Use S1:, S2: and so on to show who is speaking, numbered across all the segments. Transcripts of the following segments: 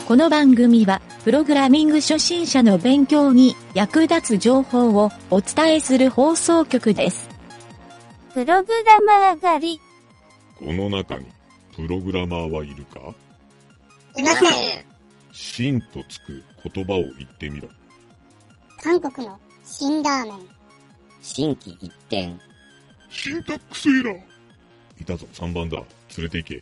S1: この番組は、プログラミング初心者の勉強に役立つ情報をお伝えする放送局です。
S2: プログラマー狩り。
S3: この中に、プログラマーはいるか？
S4: いません。
S3: シンとつく言葉を言ってみろ。
S4: 韓国の辛ラーメン。
S5: 心機一転。
S3: シンタックスエラー。いたぞ、3番だ。連れて行け。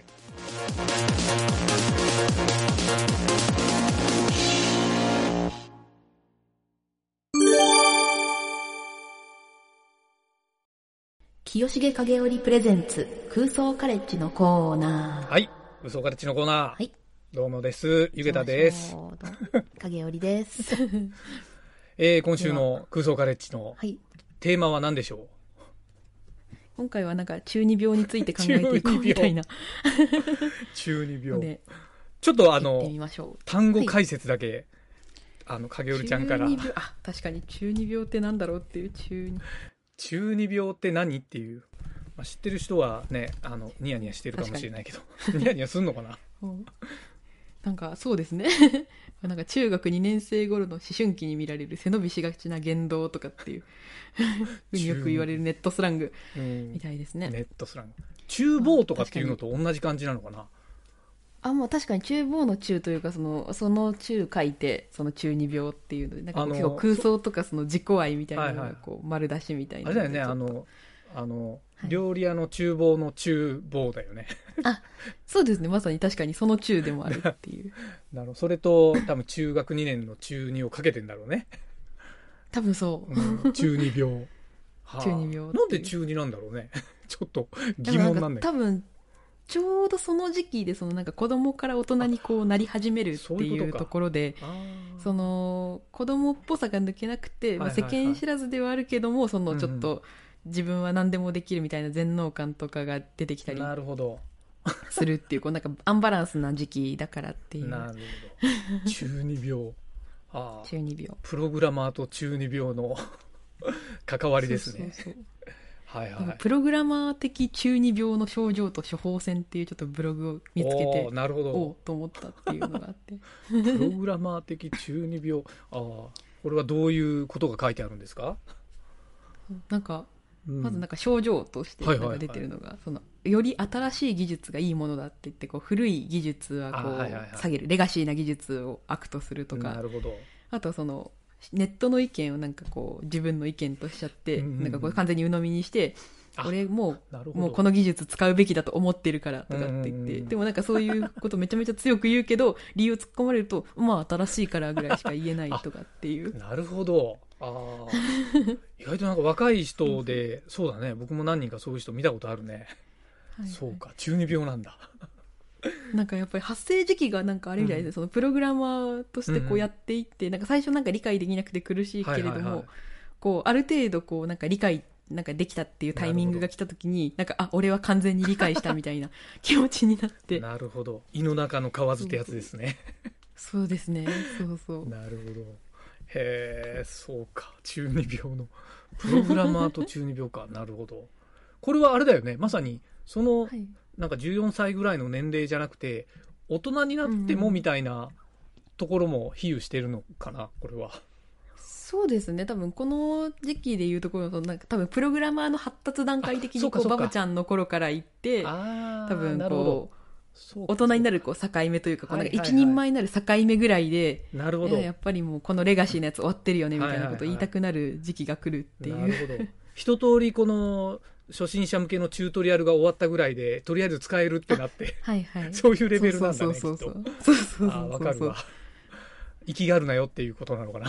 S1: 清重影織プレゼンツ空想カレッジのコーナー。
S6: はい、空想カレッジのコーナー。
S1: はい、
S6: どうもです。ゆげたです。
S1: 影織です。
S6: 今週の空想カレッジのテーマは何でしょう？
S1: 今回はなんか中二病について考えていこうみたいな。
S6: 中二病。ちょっと単語解説だけ、影織ちゃんから。
S1: 確かに中二病ってなんだろうっていう
S6: 中二病って何っていう、知ってる人はね、ニヤニヤしてるかもしれないけどニヤニヤすんのかな。
S1: なんかそうですねなんか中学2年生頃の思春期に見られる背伸びしがちな言動とかっていうふうによく言われるネットスラングみたいですね。
S6: ネットスラング。中坊とかっていうのと同じ感じなのかな。
S1: もう確かに中坊の中というかその中書いてその中二病っていうのでなんか結構空想とかその自己愛みたいなのがこう丸出しみたいな。
S6: あれだよね、料理屋の厨房の厨房だよね。
S1: そうですね、まさに確かにその中でもあるっていう
S6: なるほど。それと多分中学2年の中2をかけてんだろうね。
S1: 多分そう、
S6: 中二病。
S1: 中二病
S6: なんで中2なんだろうね。ちょっと疑問なんだけど。
S1: 多分ちょうどその時期でそのなんか子供から大人にこうなり始めるっていうところで、その子供っぽさが抜けなくて、世間知らずではあるけどもそのちょっと自分は何でもできるみたいな全能感とかが出てきたりするっていう、こうなんかアンバランスな時期だからっていう。
S6: なるほど。中二病。
S1: 中二病。
S6: プログラマーと中二病の関わりですね。そうはいはい、
S1: プログラマー的中二病の症状と処方箋っていうちょっとブログを見つけて、
S6: なるほど
S1: と思ったっていうのがあって
S6: プログラマー的中二病。これはどういうことが書いてあるんですか？
S1: なんかまずなんか症状としてなんか出てるのが、そのより新しい技術がいいものだって言ってこう古い技術はこう下げる、レガシーな技術を悪とするとか、
S6: なるほど。
S1: あとそのネットの意見をなんかこう自分の意見としちゃって、なんかこう完全に鵜呑みにして、俺もうこの技術使うべきだと思ってるからとかって言って、でもなんかそういうことめちゃめちゃ強く言うけど理由を突っ込まれると新しいからぐらいしか言えないとかっていう
S6: なるほど。意外となんか若い人で、そうだね、僕も何人かそういう人見たことあるね。そうか、中二病なんだ。
S1: なんかやっぱり発生時期がなんかあれみたいで、そのプログラマーとしてこうやっていって、なんか最初なんか理解できなくて苦しいけれども、こうある程度こうなんか理解なんかできたっていうタイミングが来た時になんか俺は完全に理解したみたいな気持ちになって
S6: なるほど。胃の中の蛙ってやつですね。
S1: そうですね、そうそう。
S6: なるほど。へえ、そうか、中二病のプログラマーと中二病か。なるほど。これはあれだよね、まさにその、なんか14歳ぐらいの年齢じゃなくて大人になってもみたいなところも比喩してるのかな、これは。
S1: そうですね、多分この時期でいうところのなんか多分プログラマーの発達段階的にこうバブちゃんの頃から行って、多分こう大人になるこう境目というか、こうなんか一人前になる境目ぐらいで、
S6: なるほど、
S1: やっぱりもうこのレガシーのやつ終わってるよねみたいなことを言いたくなる時期が来るっていう、
S6: なるほど。一通りこの初心者向けのチュートリアルが終わったぐらいでとりあえず使えるってなってそういうレベルなんだね、きっと。わかるわ。生きがるなよっていうことなのかな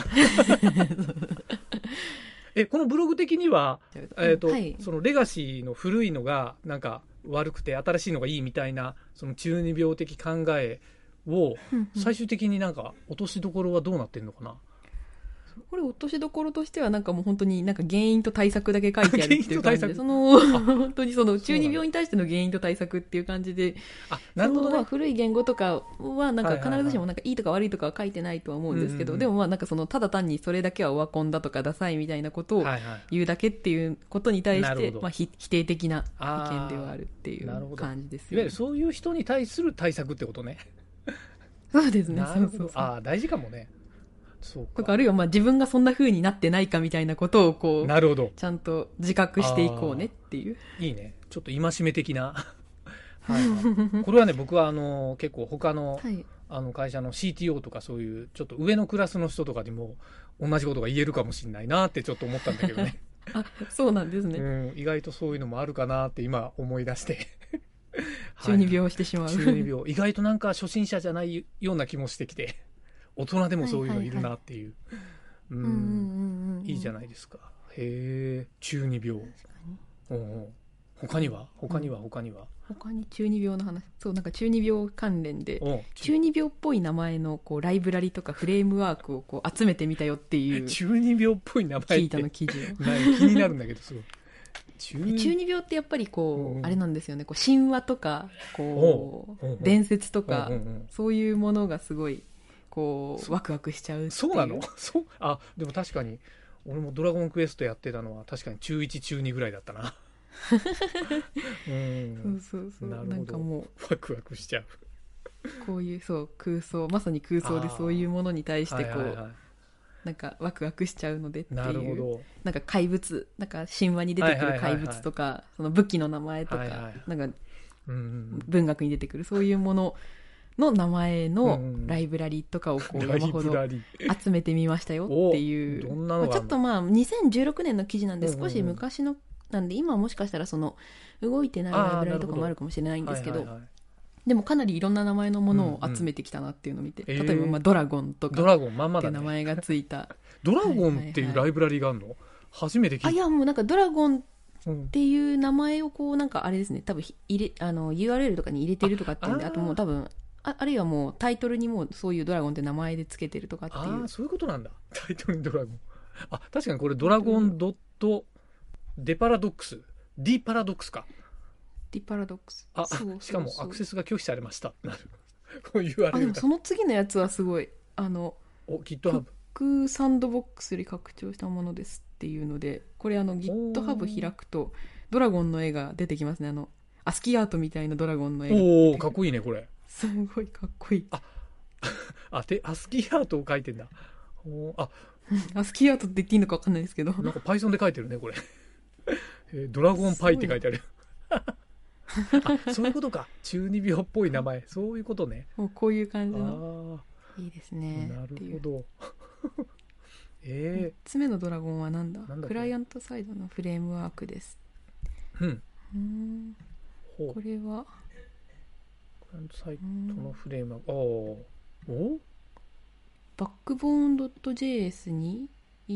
S6: このブログ的には、そのレガシーの古いのがなんか悪くて新しいのがいいみたいなその中二病的考えを最終的になんか落としどころはどうなってんのかな。
S1: これ落としどころとしてはなんかもう本当になんか原因と対策だけ書いてあるっていう感じで、その本当にその中二病に対しての原因と対策っていう感じで、
S6: なるほどね。
S1: 古い言語とかはなんか必ずしもなんかいいとか悪いとかは書いてないとは思うんですけど、でもなんかそのただ単にそれだけはオワコンだとかダサいみたいなことを言うだけっていうことに対して否定的な意見ではあるっていう感じですよね。
S6: いわゆるそういう人に対する対策ってことね。
S1: そうですね。
S6: なるほど。
S1: そうそうそう。
S6: ああ、大事かもね。そうか。
S1: とか、あるいはまあ自分がそんな風になってないかみたいなことをこう、
S6: なるほど。
S1: ちゃんと自覚していこうねっていう。
S6: いいね。ちょっと戒め的な。はいはい。これはね、僕は結構他の、
S1: はい。
S6: 会社の CTO とかそういうちょっと上のクラスの人とかにも同じことが言えるかもしれないなってちょっと思ったんだけどね。
S1: あ、そうなんですね。
S6: うん、意外とそういうのもあるかなって今思い出して。
S1: 中二病してしまう。
S6: 中二病。意外となんか初心者じゃないような気もしてきて、大人でもそういうのいるなっていう。いいじゃないですか。へえ、中二病。他には他に
S1: 中二病の話。そう、なんか中二病関連で、中二病っぽい名前のこうライブラリとかフレームワークをこう集めてみたよっていう。
S6: 中二病っぽい名前って
S1: 聞いたの記事を。
S6: 気になるんだけど、すごい。
S1: 中二病ってやっぱりこう、あれなんですよね。こう神話とか、こう、伝説とか、そういうものがすごい、こう、ワクワクしちゃうっていう。
S6: そうなの？そう？あ、でも確かに、俺もドラゴンクエストやってたのは確かに中1、中2ぐらいだったな。
S1: そう。なんかもう、
S6: ワクワクしちゃう。
S1: こういう、そう、空想、まさに空想でそういうものに対してこう、なんかワクワクしちゃうのでっていう。
S6: なるほど。
S1: なんか怪物、なんか神話に出てくる怪物とか、その武器の名前とか、なんか文学に出てくるそういうものの名前のライブラリとかをこう山ほど集めてみましたよっていう。ちょっとまあ2016年の記事なんで少し昔のなんで今はもしかしたらその動いてないライブラリとかもあるかもしれないんですけど。でもかなりいろんな名前のものを集めてきたなっていうのを見て、例えばまあドラゴンとかっていう名前がついた、
S6: ドラゴンっていうライブラリがあるの？初めて聞いた。
S1: いやもうなんかドラゴンっていう名前をこうなんかあれですね、多分URL とかに入れてるとかっていうんで、あともう多分あるいはもうタイトルにもそういうドラゴンって名前でつけてるとかっていう。
S6: そういうことなんだ。タイトルにドラゴン。確かにこれドラゴンドットデパラドックス、D パラドックスか。
S1: ディパラドックス。
S6: しかもアクセスが拒否されました。なる。こういうあれ。
S1: でもその次のやつはすごい
S6: GitHub。
S1: クックサンドボックスより拡張したものですっていうので、これGitHub 開くとドラゴンの絵が出てきますね。アスキーアートみたいなドラゴンの絵が。
S6: かっこいいねこれ。
S1: すごいかっこいい。
S6: アスキーアートを描いてんだ。
S1: アスキーアートって言っていいのか分かんないですけど。
S6: なんか Python で描いてるねこれ。ドラゴンパイって書いてある。そういうことか。中二病っぽい名前。そういうことね。
S1: もうこういう感じの。いいですね。
S6: なるほど。
S1: 3つ目のドラゴンはなんだ？クライアントサイドのフレームワークです。これは
S6: クライアントサイトのフレームワーク。
S1: バックボーン .js に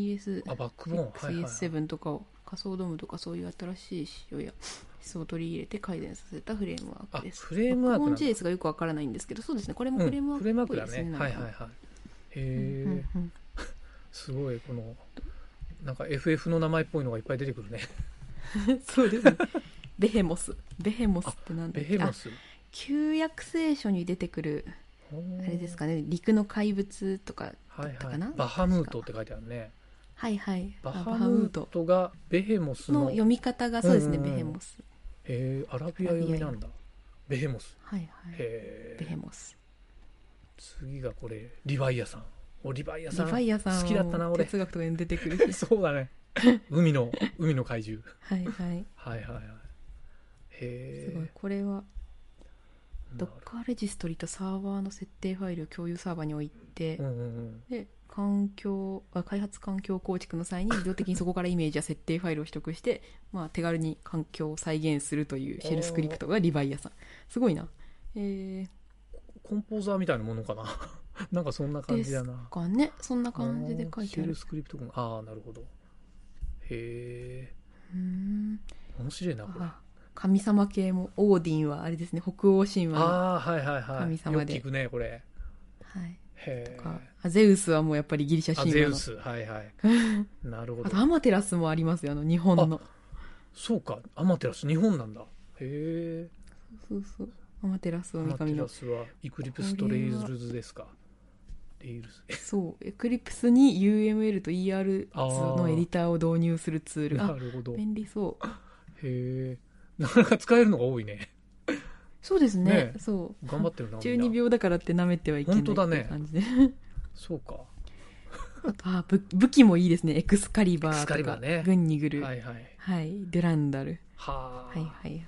S6: ES7
S1: とかを仮想ドームとかそういう新しい仕様や思想を取り入れて改善させたフレームワークです。
S6: フレームワークなんだ。
S1: バックボーン JS がよくわからないんですけど、そうですね、これもフレームワークっぽいですね。
S6: はいはいはい。へえ。すごいこのなんか FF の名前っぽいのがいっぱい出てくるね。
S1: そうですね。ベヘモスってなんだっけ？旧約聖書に出てくるあれですかね、陸の怪物とかだったかな。
S6: バハムートって書いてあるね。
S1: はいはい。
S6: バハムートがベヘモスの
S1: 読み方がそうですね、ベヘモス。
S6: アラビア読みなんだ。ベヘモス。
S1: はいはい。ベヘモス。
S6: 次がこれリヴァイアさん。リヴァイアさん
S1: 好
S6: きだったな俺。
S1: 哲学とかに出てくるし。
S6: そうだね。海の怪獣。
S1: はいはい。
S6: はいはいはい。
S1: すごい。これはドッカーレジストリとサーバーの設定ファイルを共有サーバーに置いて、で開発環境構築の際に自動的にそこからイメージや設定ファイルを取得して、まあ、手軽に環境を再現するというシェルスクリプトがリヴァイアさん。すごいな。
S6: コンポーザーみたいなものかな。なんかそんな感じだな。
S1: ですかね。そんな感じで書いてある。
S6: シェルスクリプトもなるほど。へえ。面白いなこれ。
S1: 神様系もオーディンはあれですね、北欧神話の神様で。
S6: よく聞くねこれ。
S1: はい。とかゼウスはもうやっぱりギリシャ神話の。
S6: ゼウス、はいはい。なるほど。
S1: あとアマテラスもありますよ、日本の。
S6: そうか、アマテラス日本なんだ。へえ。
S1: そうアマテラスを三上の。アマテ
S6: ラスはイクリプスとレイルズですか。
S1: そうエクリプスに UML と ER のエディターを導入するツール。
S6: なるほど。
S1: 便利そう。
S6: へえ。なかなか使えるのが多いね。
S1: そうですね。
S6: ね
S1: そう
S6: 頑張ってるな。
S1: 中二病だからって舐めてはいけないって
S6: 本当だね
S1: いう感じで。
S6: そうか。
S1: 武器もいいですね。エクスカリバ
S6: エクスカ
S1: ーとか、
S6: リバーね
S1: グンニグル、
S6: はいはい。
S1: デュランダル。
S6: はあ。
S1: はいはいはいはい。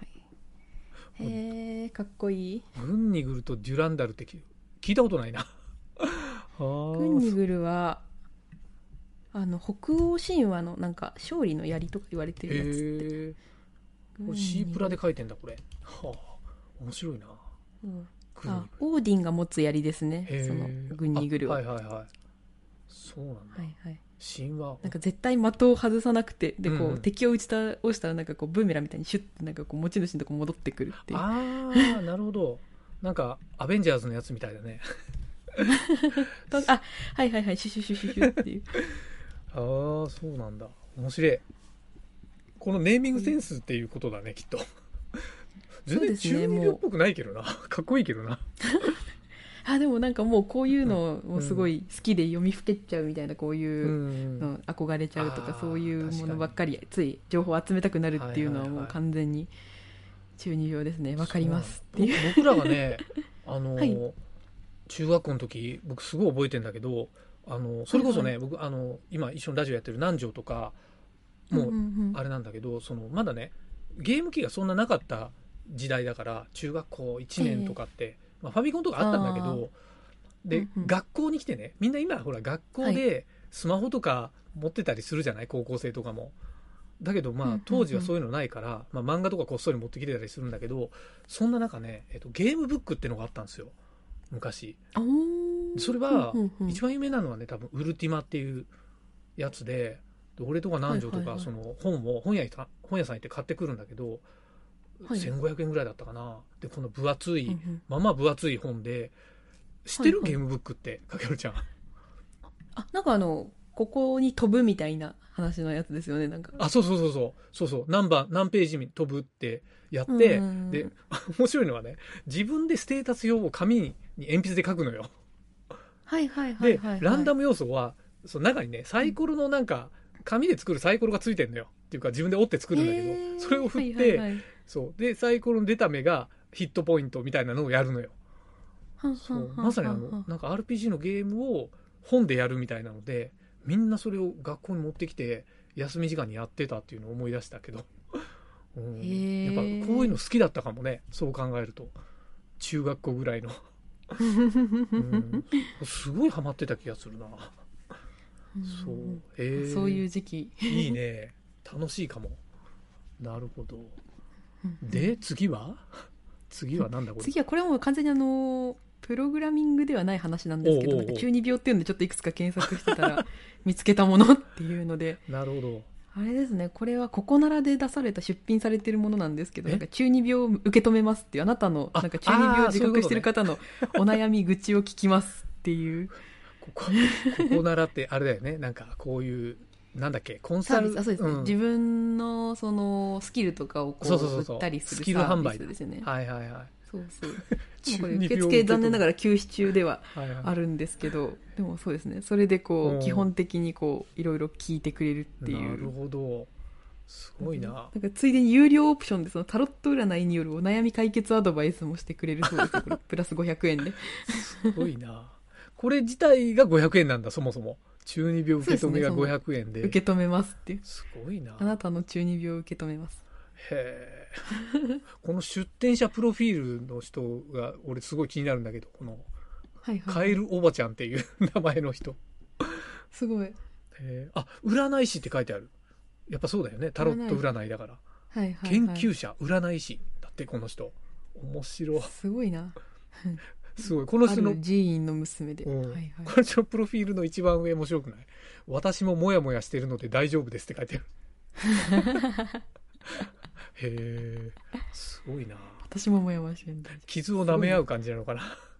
S1: へえ、かっこいい。
S6: グンニグルとデュランダルって聞いたことないな。
S1: グンニグルは北欧神話のなんか勝利の槍とか言われてるやつって。
S6: へえ。これ C プラで書いてんだこれ。はあ。面白いな。
S1: オーディンが持つ槍ですね。そのグンニグルは。
S6: はいはいはい。そうなんだ。
S1: はいはい。
S6: 神話。
S1: なんか絶対的を外さなくて、でこう、敵を押したらなんかこうブーメランみたいにシュッてなんかこう持ち主のとこ戻ってくるっていう。
S6: ああ、なるほど。なんかアベンジャーズのやつみたいだね。
S1: はいはいはい、シュシュシュシュシュっていう。
S6: ああ、そうなんだ。面白い。このネーミングセンスっていうことだね、きっと。全然中二病っぽくないけどな。かっこいいけどな。
S1: でもなんかもうこういうのもすごい好きで読みふけっちゃうみたいな、こういうの憧れちゃうとか、そういうものばっかりつい情報を集めたくなるっていうのはもう完全に中二病ですね。わかりますっていう。
S6: 僕らがね、中学校の時僕すごい覚えてるんだけど、それこそね、僕今一緒にラジオやってる南條とかもうあれなんだけど、そのまだねゲーム機がそんななかった時代だから、中学校1年とかって、ファミコンとかあったんだけど、で、学校に来てね、みんな今ほら学校でスマホとか持ってたりするじゃない、高校生とかも。だけど当時はそういうのないから、漫画とかこっそり持ってきてたりするんだけど、そんな中ね、ゲームブックってのがあったんですよ、昔。それは一番有名なのはね、多分ウルティマっていうやつで、俺とか南條とかその本を本屋さん行って買ってくるんだけど、1500円ぐらいだったかな。でこの分厚い、分厚い本で、知ってる、ゲームブックってかけるちゃん。
S1: なんかここに飛ぶみたいな話のやつですよね。なんか
S6: そう何ページに飛ぶってやって、で面白いのはね、自分でステータス表を紙に鉛筆で書くのよ。でランダム要素はその中にね、サイコロのなんか紙で作るサイコロがついてるのよ。っていうか自分で折って作るんだけど、それを振って、そうでサイコロの出た目がヒットポイントみたいなのをやるのよ。まさになんか RPG のゲームを本でやるみたいなので、みんなそれを学校に持ってきて休み時間にやってたっていうのを思い出したけど、やっぱこういうの好きだったかもね、そう考えると。中学校ぐらいのすごいハマってた気がするな。
S1: そういう時期
S6: いいね、楽しいかも。なるほど。で次はなんだこれ。
S1: 次はこれはもう完全にプログラミングではない話なんですけど、なんか中二病っていうんでちょっといくつか検索してたら見つけたものっていうので。
S6: なるほど。
S1: あれですね、これはココナラで出された出品されてるものなんですけど、なんか中二病を受け止めますっていう、あなたのなんか中二病を自覚してる方のお悩み愚痴を聞きますっていう。
S6: ここならってあれだよね、なんかこういうなんだっけ、コンサル、
S1: そうですね、自分のそのスキルとかをこう売ったりするサービスですよね。
S6: はいはいはい。
S1: そうこれ受付残念ながら休止中ではあるんですけど、でもそうですね、それでこう基本的にこういろいろ聞いてくれるっていう。
S6: なるほど、すごいな。
S1: なんかついでに有料オプションでそのタロット占いによるお悩み解決アドバイスもしてくれるそうですよ。これプラス500円で。
S6: すごいな。これ自体が500円なんだ、そもそも。中二病受け止めが500円で。
S1: 受け止めますっていう。
S6: すごいな。
S1: あなたの中二病を受け止めます。
S6: へえ。この出店者プロフィールの人が俺すごい気になるんだけど、このカエルおばちゃんっていう名前の人。
S1: すごい。
S6: 占い師って書いてある。やっぱそうだよね、タロット占いだから。研究者占い師だって、この人。面白い。
S1: すごいな。
S6: すごい。この人の
S1: ある寺院の娘で、
S6: この人のプロフィールの一番上面白くない？私もモヤモヤしてるので大丈夫ですって書いてある。へえ、すごいな。
S1: 私もモヤモヤしてるんだ。
S6: 傷を舐め合う感じなのかな。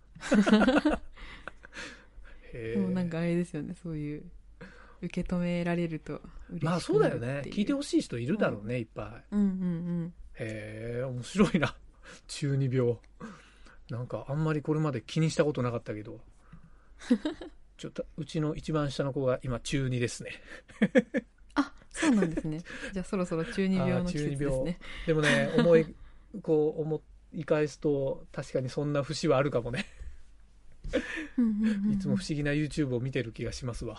S1: でもなんかあれですよね、そういう受け止められると嬉しくなるっていう。
S6: まあそうだよね。聞いてほしい人いるだろうね、いっぱい。へえ、面白いな。中二病。なんかあんまりこれまで気にしたことなかったけど、ちょっとうちの一番下の子が今中2ですね。
S1: そうなんですね。じゃあそろそろ中二病の季節ですね。
S6: でもね、 言い返すと確かにそんな節はあるかもね。いつも不思議な YouTube を見てる気がしますわ。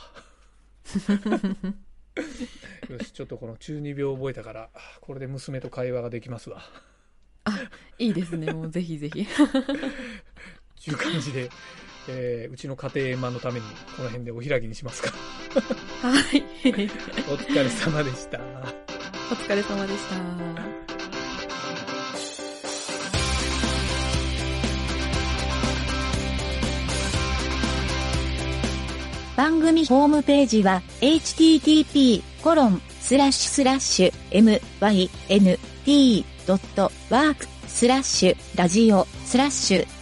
S6: よし、ちょっとこの中二病覚えたからこれで娘と会話ができますわ。
S1: あ、いいですね。もうぜひぜひ。
S6: という感じで、うちの家庭円満のためにこの辺でお開きにしますか。
S1: はい。
S6: お疲れ様でした。
S1: お疲れ様でした。
S2: 番組ホームページは http://myn.t.work/ラジオ/